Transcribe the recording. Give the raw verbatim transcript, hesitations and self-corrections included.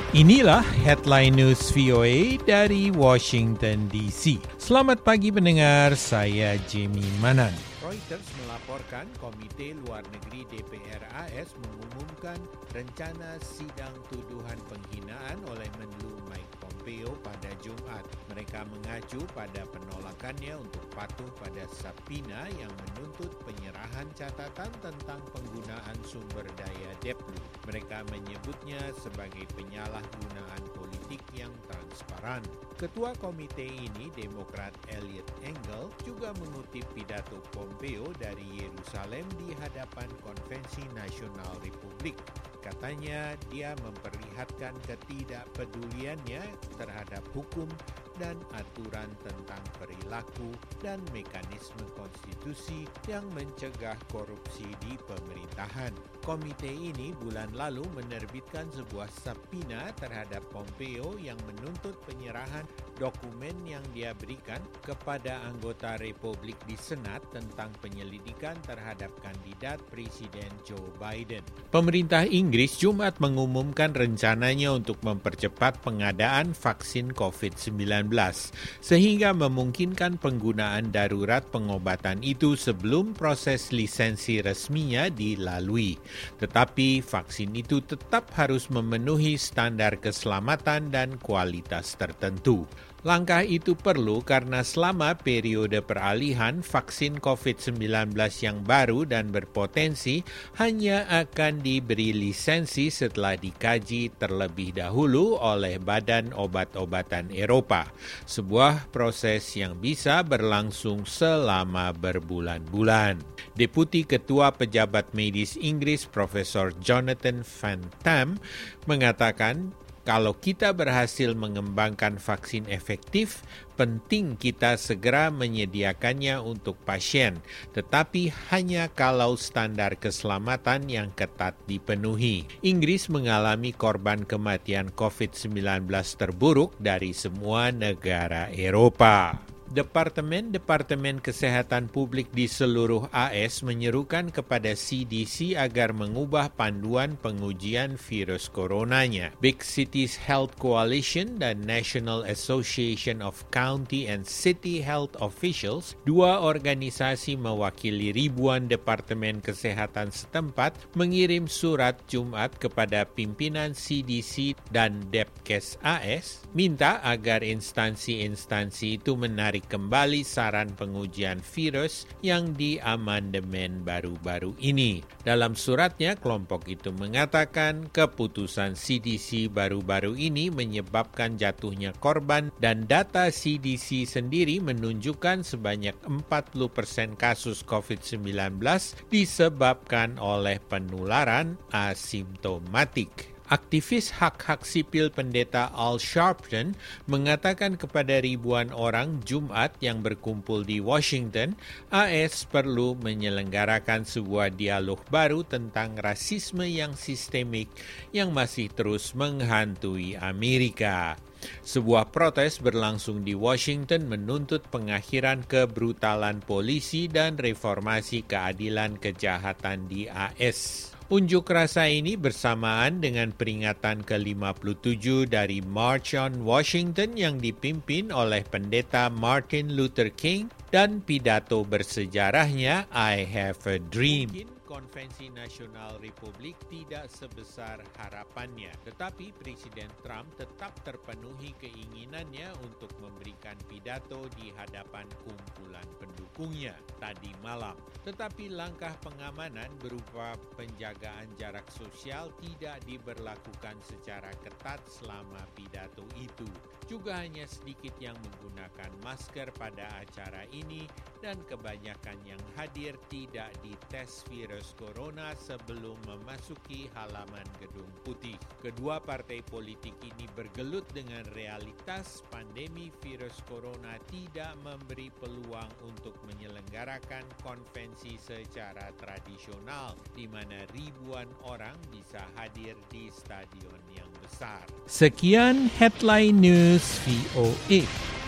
Inilah headline news V O A dari Washington D C. Selamat pagi pendengar, saya Jimmy Manan. Reuters melaporkan Komite Luar Negeri D P R A S mengumumkan rencana sidang tuduhan penghinaan oleh Menlu Mike Pompeo pada Jumat. Mereka mengacu pada penolakannya untuk patuh pada subpoena yang menuntut penyerahan catatan tentang penggunaan sumber daya Deplu. Mereka menyebutnya sebagai penyalahgunaan politik yang transparan. Ketua komite ini, Demokrat Eliot Engel, juga mengutip pidato Pompeo dari Yerusalem di hadapan Konvensi Nasional Republik. Katanya dia memperlihatkan ketidakpeduliannya terhadap hukum dan aturan tentang perilaku dan mekanisme konstitusi yang mencegah korupsi di pemerintahan. Komite ini bulan lalu menerbitkan sebuah subpoena terhadap Pompeo yang menuntut penyerahan dokumen yang dia berikan kepada anggota Republik di Senat tentang penyelidikan terhadap kandidat Presiden Joe Biden. Pemerintah Inggris Jumat mengumumkan rencananya untuk mempercepat pengadaan vaksin covid sembilan belas sehingga memungkinkan penggunaan darurat pengobatan itu sebelum proses lisensi resminya dilalui. Tetapi vaksin itu tetap harus memenuhi standar keselamatan dan kualitas tertentu. Langkah itu perlu karena selama periode peralihan, vaksin covid sembilan belas yang baru dan berpotensi hanya akan diberi lisensi setelah dikaji terlebih dahulu oleh Badan Obat-obatan Eropa. Sebuah proses yang bisa berlangsung selama berbulan-bulan. Deputi Ketua Pejabat Medis Inggris Profesor Jonathan Van Tam mengatakan, kalau kita berhasil mengembangkan vaksin efektif, penting kita segera menyediakannya untuk pasien, tetapi hanya kalau standar keselamatan yang ketat dipenuhi. Inggris mengalami korban kematian covid sembilan belas terburuk dari semua negara Eropa. Departemen-departemen kesehatan publik di seluruh A S menyerukan kepada C D C agar mengubah panduan pengujian virus coronanya. Big Cities Health Coalition dan National Association of County and City Health Officials, dua organisasi mewakili ribuan departemen kesehatan setempat, mengirim surat Jumat kepada pimpinan C D C dan Depkes A S, minta agar instansi-instansi itu menarik kembali saran pengujian virus yang diamandemen baru-baru ini. Dalam suratnya, kelompok itu mengatakan keputusan C D C baru-baru ini menyebabkan jatuhnya korban dan data C D C sendiri menunjukkan sebanyak empat puluh persen kasus covid sembilan belas disebabkan oleh penularan asimptomatik. Aktivis hak-hak sipil pendeta Al Sharpton mengatakan kepada ribuan orang Jumat yang berkumpul di Washington, A S perlu menyelenggarakan sebuah dialog baru tentang rasisme yang sistemik yang masih terus menghantui Amerika. Sebuah protes berlangsung di Washington menuntut pengakhiran kebrutalan polisi dan reformasi keadilan kejahatan di A S. Unjuk rasa ini bersamaan dengan peringatan ke lima puluh tujuh dari March on Washington yang dipimpin oleh pendeta Martin Luther King dan pidato bersejarahnya I Have a Dream. Konvensi Nasional Republik tidak sebesar harapannya, tetapi Presiden Trump tetap terpenuhi keinginannya untuk memberikan pidato di hadapan kumpulan pendukungnya tadi malam. Tetapi langkah pengamanan berupa penjagaan jarak sosial tidak diberlakukan secara ketat selama pidato itu. Juga hanya sedikit yang menggunakan masker pada acara ini dan kebanyakan yang hadir tidak dites virus corona sebelum memasuki halaman Gedung Putih. Kedua partai politik ini bergelut dengan realitas pandemi virus corona tidak memberi peluang untuk menyelenggarakan konvensi secara tradisional di mana ribuan orang bisa hadir di stadion yang besar. Sekian Headline News V O A.